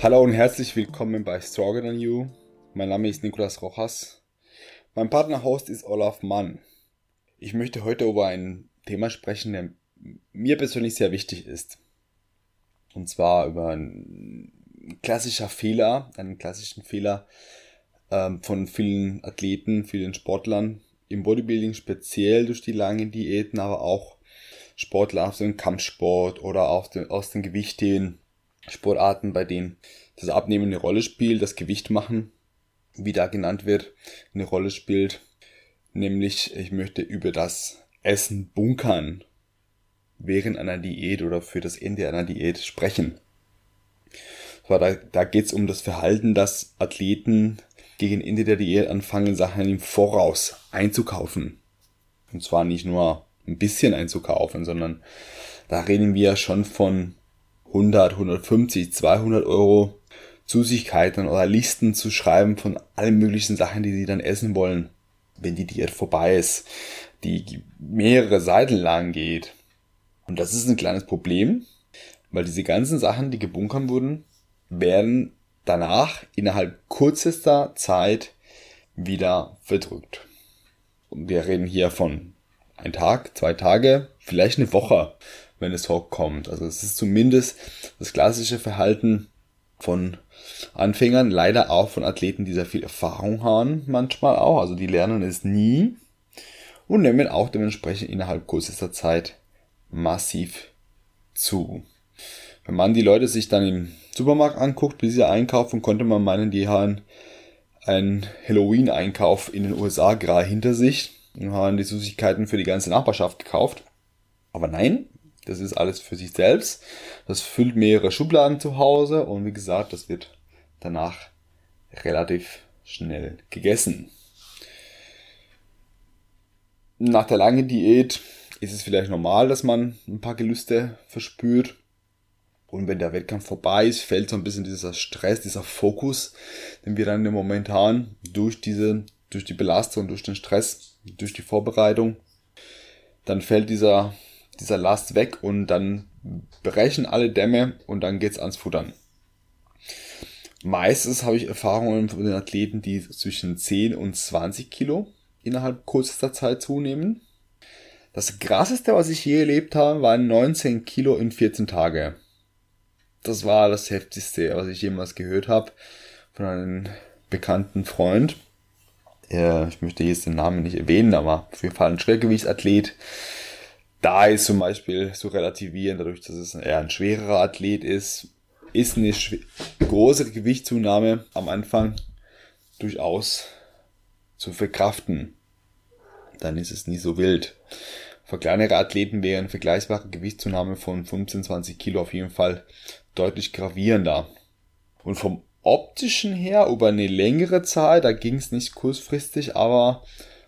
Hallo und herzlich willkommen bei Stronger Than You. Mein Name ist Nicolas Rojas. Mein Partner-Host ist Olaf Mann. Ich möchte heute über ein Thema sprechen, der mir persönlich sehr wichtig ist. Und zwar über einen klassischen Fehler von vielen Athleten, vielen Sportlern im Bodybuilding, speziell durch die langen Diäten, aber auch Sportler aus dem Kampfsport oder aus den Gewichtheben. Sportarten, bei denen das Abnehmen eine Rolle spielt, das Gewicht machen, wie da genannt wird, eine Rolle spielt. Nämlich, ich möchte über das Essen bunkern während einer Diät oder für das Ende einer Diät sprechen. Da geht es um das Verhalten, dass Athleten gegen Ende der Diät anfangen, Sachen im Voraus einzukaufen. Und zwar nicht nur ein bisschen einzukaufen, sondern da reden wir schon von 100, 150, 200 Euro Süßigkeiten oder Listen zu schreiben von allen möglichen Sachen, die sie dann essen wollen, wenn die Diät vorbei ist, die mehrere Seiten lang geht. Und das ist ein kleines Problem, weil diese ganzen Sachen, die gebunkert wurden, werden danach innerhalb kürzester Zeit wieder verdrückt. Und wir reden hier von 1 Tag, 2 Tage, vielleicht eine Woche, wenn es hochkommt. Also es ist zumindest das klassische Verhalten von Anfängern, leider auch von Athleten, die sehr viel Erfahrung haben, manchmal auch. Also die lernen es nie und nehmen auch dementsprechend innerhalb kürzester Zeit massiv zu. Wenn man die Leute sich dann im Supermarkt anguckt, wie sie einkaufen, konnte man meinen, die haben einen Halloween-Einkauf in den USA gerade hinter sich und haben die Süßigkeiten für die ganze Nachbarschaft gekauft. Aber nein, das ist alles für sich selbst. Das füllt mehrere Schubladen zu Hause und wie gesagt, das wird danach relativ schnell gegessen. Nach der langen Diät ist es vielleicht normal, dass man ein paar Gelüste verspürt. Und wenn der Wettkampf vorbei ist, fällt so ein bisschen dieser Stress, dieser Fokus, den wir dann im Moment haben, durch die Belastung, durch den Stress, durch die Vorbereitung. Dann fällt dieser Last weg und dann brechen alle Dämme und dann geht's ans Futtern. Meistens habe ich Erfahrungen von den Athleten, die zwischen 10 und 20 Kilo innerhalb kürzester Zeit zunehmen. Das krasseste, was ich je erlebt habe, waren 19 Kilo in 14 Tagen. Das war das heftigste, was ich jemals gehört habe von einem bekannten Freund. Ich möchte jetzt den Namen nicht erwähnen, aber auf jeden Fall ein Schwergewichtsathlet. Da ist zum Beispiel zu relativieren, dadurch, dass es eher ein schwererer Athlet ist eine große Gewichtszunahme am Anfang durchaus zu verkraften. Dann ist es nicht so wild. Für kleinere Athleten wäre eine vergleichbare Gewichtszunahme von 15, 20 Kilo auf jeden Fall deutlich gravierender. Und vom optischen her über eine längere Zeit, da ging es nicht kurzfristig, aber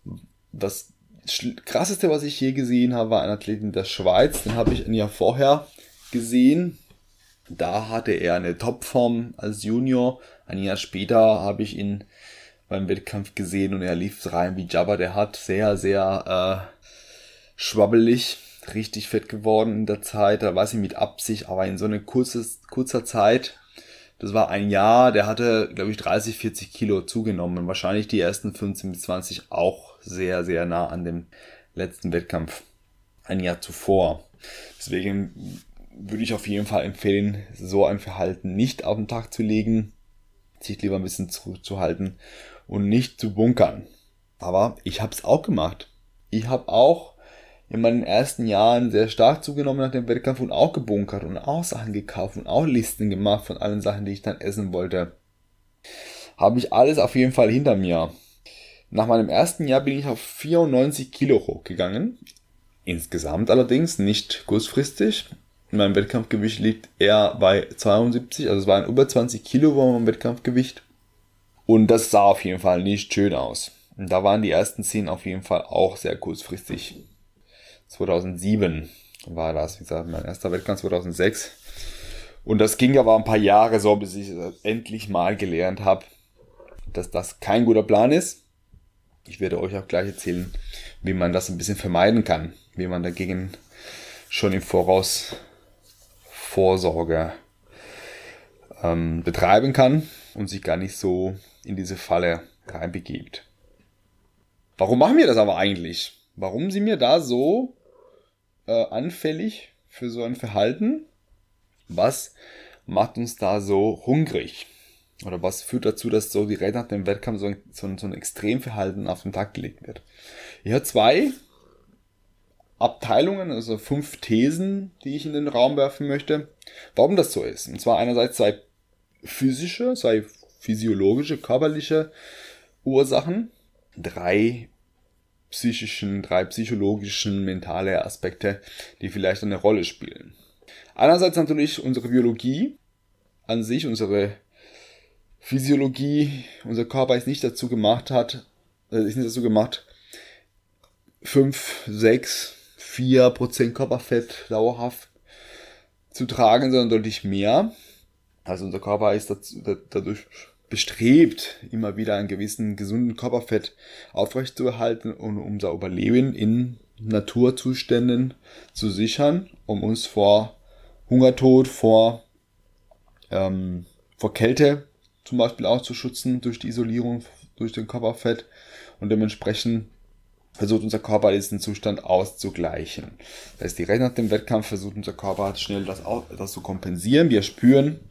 das krasseste, was ich je gesehen habe, war ein Athlet in der Schweiz. Den habe ich ein Jahr vorher gesehen. Da hatte er eine Topform als Junior. Ein Jahr später habe ich ihn beim Wettkampf gesehen und er lief rein wie Jabba. Der hat sehr, sehr schwabbelig, richtig fett geworden in der Zeit. Da war sie mit Absicht, aber in so einer kurzer Zeit, das war ein Jahr, der hatte, glaube ich, 30, 40 Kilo zugenommen. Wahrscheinlich die ersten 15 bis 20 auch sehr, sehr nah an dem letzten Wettkampf ein Jahr zuvor. Deswegen würde ich auf jeden Fall empfehlen, so ein Verhalten nicht auf den Tag zu legen, sich lieber ein bisschen zurückzuhalten und nicht zu bunkern. Aber ich habe es auch gemacht. Ich habe auch in meinen ersten Jahren sehr stark zugenommen nach dem Wettkampf und auch gebunkert und auch Sachen gekauft und auch Listen gemacht von allen Sachen, die ich dann essen wollte. Habe ich alles auf jeden Fall hinter mir. Nach meinem ersten Jahr bin ich auf 94 Kilo hochgegangen. Insgesamt allerdings, nicht kurzfristig. Mein Wettkampfgewicht liegt eher bei 72, also es waren über 20 Kilo war mein Wettkampfgewicht. Und das sah auf jeden Fall nicht schön aus. Und da waren die ersten 10 auf jeden Fall auch sehr kurzfristig. 2007 war das, wie gesagt, mein erster Wettkampf 2006. Und das ging aber ein paar Jahre so, bis ich endlich mal gelernt habe, dass das kein guter Plan ist. Ich werde euch auch gleich erzählen, wie man das ein bisschen vermeiden kann, wie man dagegen schon im Voraus Vorsorge betreiben kann und sich gar nicht so in diese Falle reinbegibt. Warum machen wir das aber eigentlich? Warum sind wir da so anfällig für so ein Verhalten? Was macht uns da so hungrig? Oder was führt dazu, dass so direkt nach dem Wettkampf so ein Extremverhalten auf den Tag gelegt wird? Ich habe 2 Abteilungen, also 5 Thesen, die ich in den Raum werfen möchte, warum das so ist. Und zwar einerseits 2 physische, 2 physiologische, körperliche Ursachen, 3 psychologischen, mentale Aspekte, die vielleicht eine Rolle spielen. Einerseits natürlich unsere Biologie an sich, unsere Physiologie, unser Körper ist nicht dazu gemacht, 5, 6, 4% Körperfett dauerhaft zu tragen, sondern deutlich mehr. Also unser Körper ist dadurch bestrebt, immer wieder einen gewissen gesunden Körperfett aufrechtzuerhalten und unser Überleben in Naturzuständen zu sichern, um uns vor Hungertod, vor Kälte zum Beispiel auch zu schützen durch die Isolierung durch den Körperfett, und dementsprechend versucht unser Körper diesen Zustand auszugleichen. Das heißt, direkt nach dem Wettkampf versucht unser Körper schnell das zu kompensieren. Wir spüren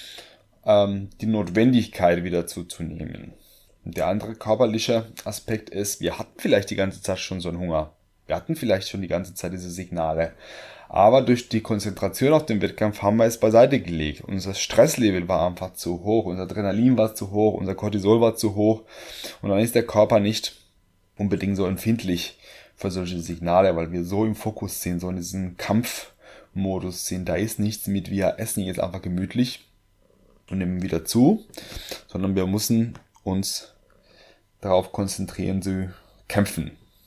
die Notwendigkeit wieder zuzunehmen. Und der andere körperliche Aspekt ist, wir hatten vielleicht die ganze Zeit schon so einen Hunger. Wir hatten vielleicht schon die ganze Zeit diese Signale. Aber durch die Konzentration auf den Wettkampf haben wir es beiseite gelegt. Unser Stresslevel war einfach zu hoch, unser Adrenalin war zu hoch, unser Cortisol war zu hoch. Und dann ist der Körper nicht unbedingt so empfindlich für solche Signale, weil wir so im Fokus sind, so in diesem Kampfmodus sind. Da ist nichts mit, wir essen jetzt einfach gemütlich und nehmen wieder zu, sondern wir müssen uns darauf konzentrieren zu kämpfen.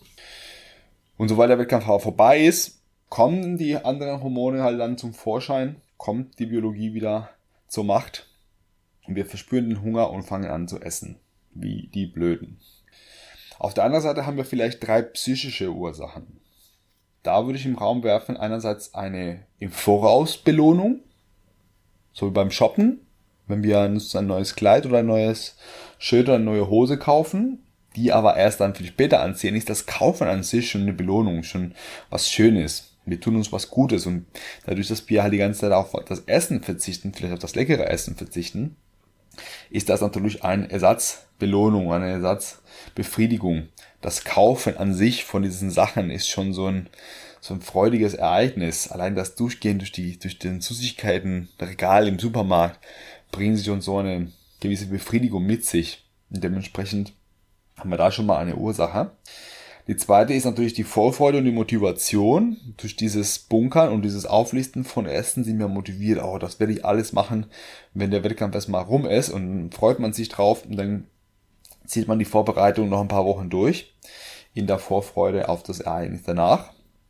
Und sobald der Wettkampf vorbei ist, kommen die anderen Hormone halt dann zum Vorschein, kommt die Biologie wieder zur Macht und wir verspüren den Hunger und fangen an zu essen, wie die Blöden. Auf der anderen Seite haben wir vielleicht 3 psychische Ursachen. Da würde ich im Raum werfen, einerseits eine im Voraus Belohnung, so wie beim Shoppen, wenn wir uns ein neues Kleid oder ein neues Shirt oder eine neue Hose kaufen, die aber erst dann für später anziehen, ist das Kaufen an sich schon eine Belohnung, schon was Schönes. Wir tun uns was Gutes, und dadurch, dass wir halt die ganze Zeit auf das Essen verzichten, vielleicht auf das leckere Essen verzichten, ist das natürlich eine Ersatzbelohnung, eine Ersatzbefriedigung. Das Kaufen an sich von diesen Sachen ist schon so ein freudiges Ereignis. Allein das Durchgehen durch den Süßigkeitenregal im Supermarkt bringen sich schon so eine gewisse Befriedigung mit sich. Und dementsprechend haben wir da schon mal eine Ursache. Die zweite ist natürlich die Vorfreude und die Motivation. Durch dieses Bunkern und dieses Auflisten von Essen sind wir motiviert. Oh, das werde ich alles machen, wenn der Wettkampf erstmal rum ist, und dann freut man sich drauf und dann zieht man die Vorbereitung noch ein paar Wochen durch in der Vorfreude auf das Ereignis danach.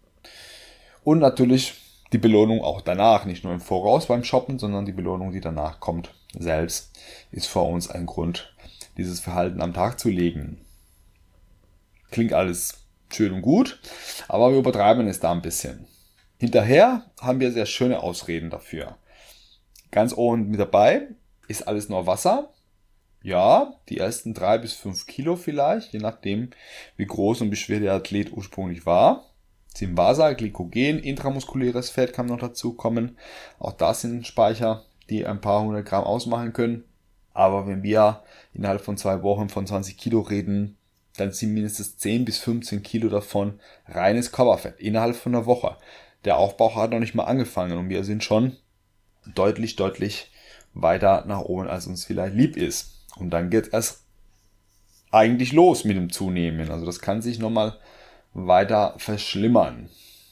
Und natürlich die Belohnung auch danach, nicht nur im Voraus beim Shoppen, sondern die Belohnung, die danach kommt, selbst, ist für uns ein Grund, dieses Verhalten am Tag zu legen. Klingt alles schön und gut, aber wir übertreiben es da ein bisschen. Hinterher haben wir sehr schöne Ausreden dafür. Ganz oben mit dabei ist alles nur Wasser. Ja, die ersten 3 bis 5 Kilo vielleicht, je nachdem, wie groß und wie schwer der Athlet ursprünglich war. Sind Wasser, Glykogen, intramuskuläres Fett kann noch dazu kommen. Auch das sind Speicher, die ein paar 100 Gramm ausmachen können. Aber wenn wir innerhalb von 2 Wochen von 20 Kilo reden, dann sind mindestens 10 bis 15 Kilo davon reines Körperfett innerhalb von einer Woche. Der Aufbau hat noch nicht mal angefangen und wir sind schon deutlich weiter nach oben, als uns vielleicht lieb ist. Und dann geht es eigentlich los mit dem Zunehmen. Also das kann sich nochmal weiter verschlimmern.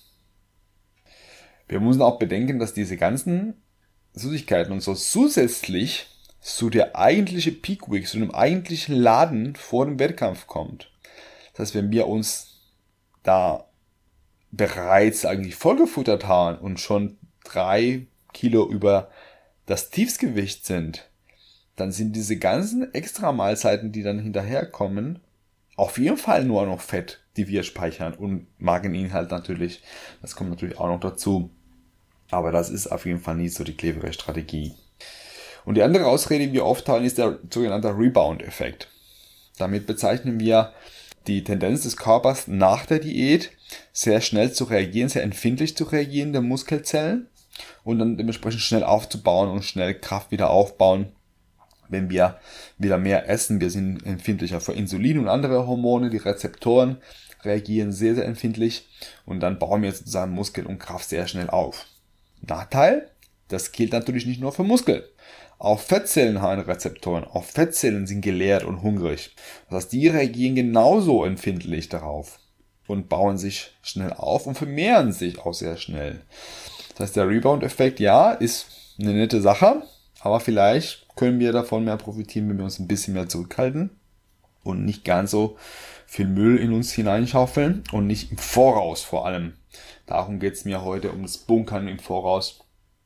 Wir müssen auch bedenken, dass diese ganzen Süßigkeiten und so zusätzlich zu der eigentliche Peak Week, zu dem eigentlichen Laden vor dem Wettkampf kommt. Das heißt, wenn wir uns da bereits eigentlich vollgefuttert haben und schon 3 Kilo über das Tiefsgewicht sind, dann sind diese ganzen extra Mahlzeiten, die dann hinterherkommen, auf jeden Fall nur noch Fett, die wir speichern, und Mageninhalt natürlich. Das kommt natürlich auch noch dazu. Aber das ist auf jeden Fall nicht so die clevere Strategie. Und die andere Ausrede, die wir oft haben, ist der sogenannte Rebound-Effekt. Damit bezeichnen wir die Tendenz des Körpers nach der Diät sehr schnell zu reagieren, sehr empfindlich zu reagieren der Muskelzellen und dann dementsprechend schnell aufzubauen und schnell Kraft wieder aufbauen, wenn wir wieder mehr essen. Wir sind empfindlicher für Insulin und andere Hormone, die Rezeptoren reagieren sehr, sehr empfindlich und dann bauen wir sozusagen Muskel und Kraft sehr schnell auf. Nachteil, das gilt natürlich nicht nur für Muskel. Auch Fettzellen haben Rezeptoren, auch Fettzellen sind geleert und hungrig. Das heißt, die reagieren genauso empfindlich darauf und bauen sich schnell auf und vermehren sich auch sehr schnell. Das heißt, der Rebound-Effekt, ja, ist eine nette Sache, aber vielleicht können wir davon mehr profitieren, wenn wir uns ein bisschen mehr zurückhalten und nicht ganz so viel Müll in uns hineinschaufeln und nicht im Voraus vor allem. Darum geht es mir heute, um das Bunkern im Voraus.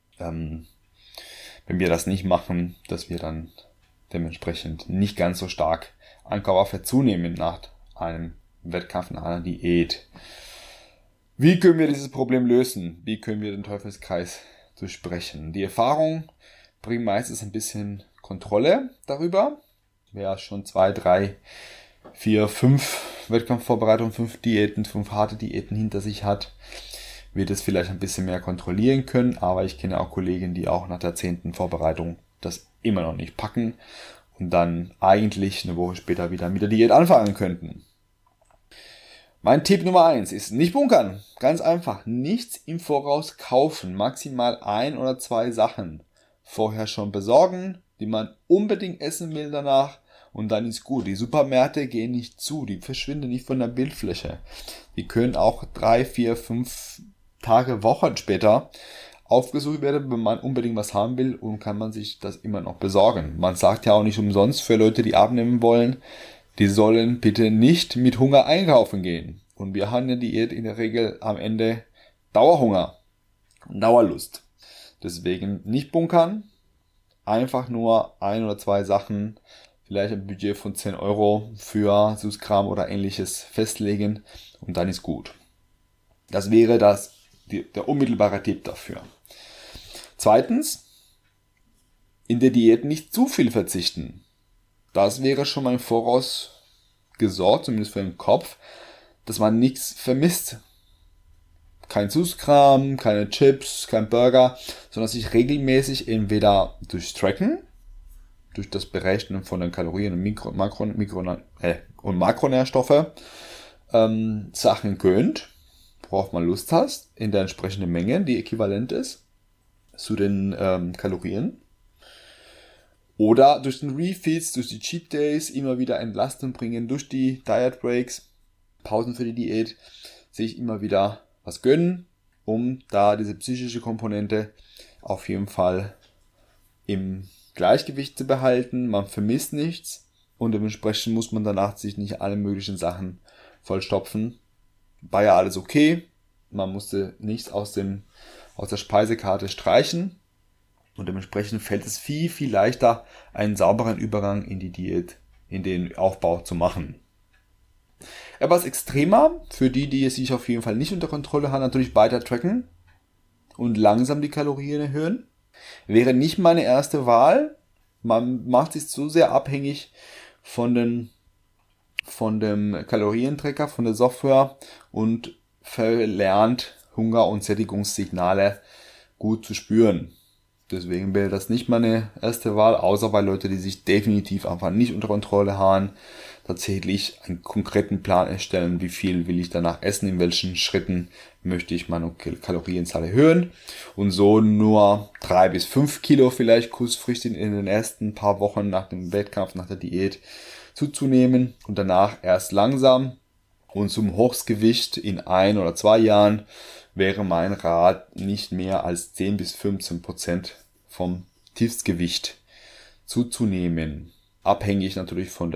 Wenn wir das nicht machen, dass wir dann dementsprechend nicht ganz so stark an Körperfett zunehmen nach einem Wettkampf, nach einer Diät. Wie können wir dieses Problem lösen? Wie können wir den Teufelskreis durchbrechen? Die Erfahrung bringt meistens ein bisschen Kontrolle darüber. Wer schon 2, 3, 4, 5 Wettkampfvorbereitungen, 5 Diäten, 5 harte Diäten hinter sich hat, wird es vielleicht ein bisschen mehr kontrollieren können, aber ich kenne auch Kollegen, die auch nach der 10. Vorbereitung das immer noch nicht packen und dann eigentlich eine Woche später wieder mit der Diät anfangen könnten. Mein Tipp Nummer 1 ist nicht bunkern. Ganz einfach, nichts im Voraus kaufen, maximal 1 oder 2 Sachen vorher schon besorgen, die man unbedingt essen will danach und dann ist gut. Die Supermärkte gehen nicht zu, die verschwinden nicht von der Bildfläche. Die können auch 3, 4, 5 Tage, Wochen später aufgesucht werden, wenn man unbedingt was haben will und kann man sich das immer noch besorgen. Man sagt ja auch nicht umsonst für Leute, die abnehmen wollen, die sollen bitte nicht mit Hunger einkaufen gehen. Und wir haben eine Diät in der Regel am Ende Dauerhunger und Dauerlust. Deswegen nicht bunkern, einfach nur 1 oder 2 Sachen, vielleicht ein Budget von 10 Euro für Süßkram oder ähnliches festlegen und dann ist gut. Das wäre der unmittelbare Tipp dafür. Zweitens, in der Diät nicht zu viel verzichten. Das wäre schon mal im Voraus gesorgt, zumindest für den Kopf, dass man nichts vermisst. Kein Süßkram, keine Chips, kein Burger, sondern sich regelmäßig entweder durch Tracken, durch das Berechnen von den Kalorien und Makronährstoffe Sachen gönnt, worauf man Lust hast, in der entsprechenden Menge, die äquivalent ist zu den Kalorien. Oder durch den Refeeds, durch die Cheat Days immer wieder Entlastung bringen, durch die Diet Breaks, Pausen für die Diät, sich immer wieder was gönnen, um da diese psychische Komponente auf jeden Fall im Gleichgewicht zu behalten. Man vermisst nichts und dementsprechend muss man danach sich nicht alle möglichen Sachen vollstopfen. War ja alles okay, man musste nichts aus der Speisekarte streichen. Und dementsprechend fällt es viel, viel leichter, einen sauberen Übergang in die Diät, in den Aufbau zu machen. Etwas extremer, für die es sich auf jeden Fall nicht unter Kontrolle haben, natürlich weiter tracken und langsam die Kalorien erhöhen. Wäre nicht meine erste Wahl. Man macht sich zu sehr abhängig von dem Kalorientrecker, von der Software und verlernt Hunger- und Sättigungssignale gut zu spüren. Deswegen wäre das nicht meine erste Wahl, außer bei Leuten, die sich definitiv einfach nicht unter Kontrolle haben, tatsächlich einen konkreten Plan erstellen, wie viel will ich danach essen, in welchen Schritten möchte ich meine Kalorienzahl erhöhen und so nur 3 bis 5 Kilo vielleicht kurzfristig in den ersten paar Wochen nach dem Wettkampf, nach der Diät zuzunehmen und danach erst langsam und zum Hochgewicht in 1 oder 2 Jahren wäre mein Rat von 10-15% vom Tiefstgewicht zuzunehmen. Abhängig natürlich von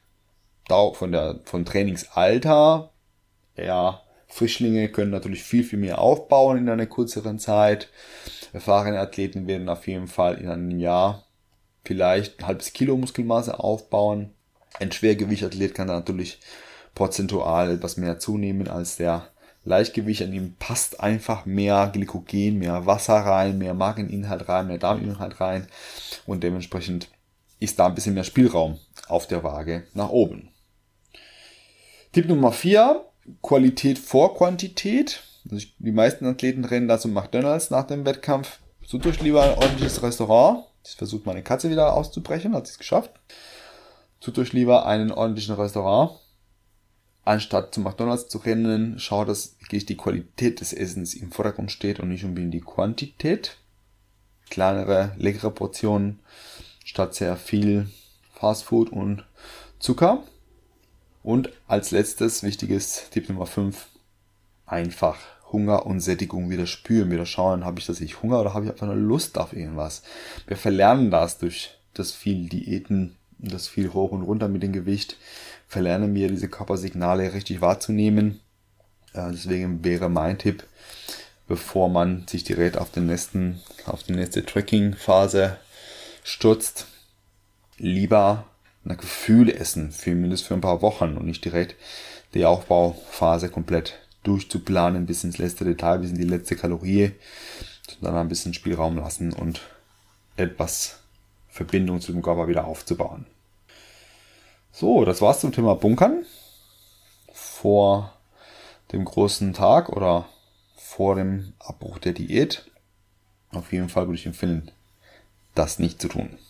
Trainingsalter. Ja, Frischlinge können natürlich viel, viel mehr aufbauen in einer kürzeren Zeit. Erfahrene Athleten werden auf jeden Fall in einem Jahr vielleicht ein halbes Kilo Muskelmasse aufbauen. Ein Schwergewichtathlet kann da natürlich prozentual etwas mehr zunehmen als der Leichtgewicht, an ihm passt einfach mehr Glykogen, mehr Wasser rein, mehr Mageninhalt rein, mehr Darminhalt rein und dementsprechend ist da ein bisschen mehr Spielraum auf der Waage nach oben. Tipp Nummer 4, Qualität vor Quantität. Also die meisten Athleten rennen da zum McDonald's nach dem Wettkampf. Sucht euch lieber ein ordentliches Restaurant. Ich versuche meine Katze wieder auszubrechen, hat sie es geschafft. Sucht euch lieber einen ordentlichen Restaurant. Anstatt zum McDonald's zu rennen, schaut, dass wirklich die Qualität des Essens im Vordergrund steht und nicht unbedingt die Quantität. Kleinere, leckere Portionen statt sehr viel Fastfood und Zucker. Und als letztes, wichtiges Tipp Nummer 5, einfach Hunger und Sättigung wieder spüren, wieder schauen, habe ich tatsächlich Hunger oder habe ich einfach nur Lust auf irgendwas. Wir verlernen das durch das viel Diäten und das viel hoch und runter mit dem Gewicht, verlernen wir diese Körpersignale richtig wahrzunehmen. Deswegen wäre mein Tipp, bevor man sich direkt auf die nächste Tracking-Phase stürzt, lieber nach Gefühl essen, zumindest für ein paar Wochen und nicht direkt die Aufbauphase komplett durchzuplanen bis ins letzte Detail, bis in die letzte Kalorie, sondern ein bisschen Spielraum lassen und etwas Verbindung zu dem Körper wieder aufzubauen. So, das war's zum Thema Bunkern vor dem großen Tag oder vor dem Abbruch der Diät. Auf jeden Fall würde ich empfehlen, das nicht zu tun.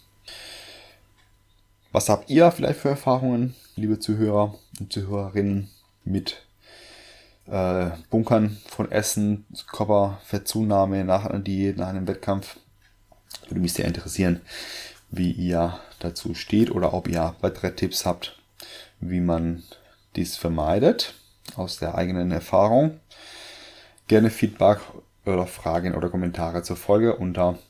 Was habt ihr vielleicht für Erfahrungen, liebe Zuhörer und Zuhörerinnen, mit Bunkern von Essen, Körperfettzunahme nach einer Diät, nach einem Wettkampf? Würde mich sehr interessieren, wie ihr dazu steht oder ob ihr weitere Tipps habt, wie man dies vermeidet aus der eigenen Erfahrung. Gerne Feedback oder Fragen oder Kommentare zur Folge unter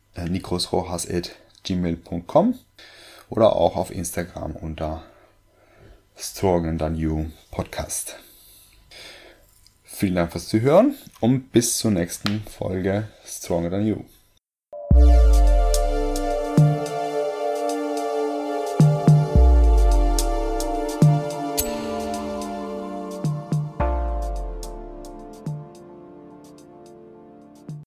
nikrosrojas@gmail.com oder auch auf Instagram unter Stronger Than You Podcast. Vielen Dank fürs Zuhören und bis zur nächsten Folge Stronger Than You.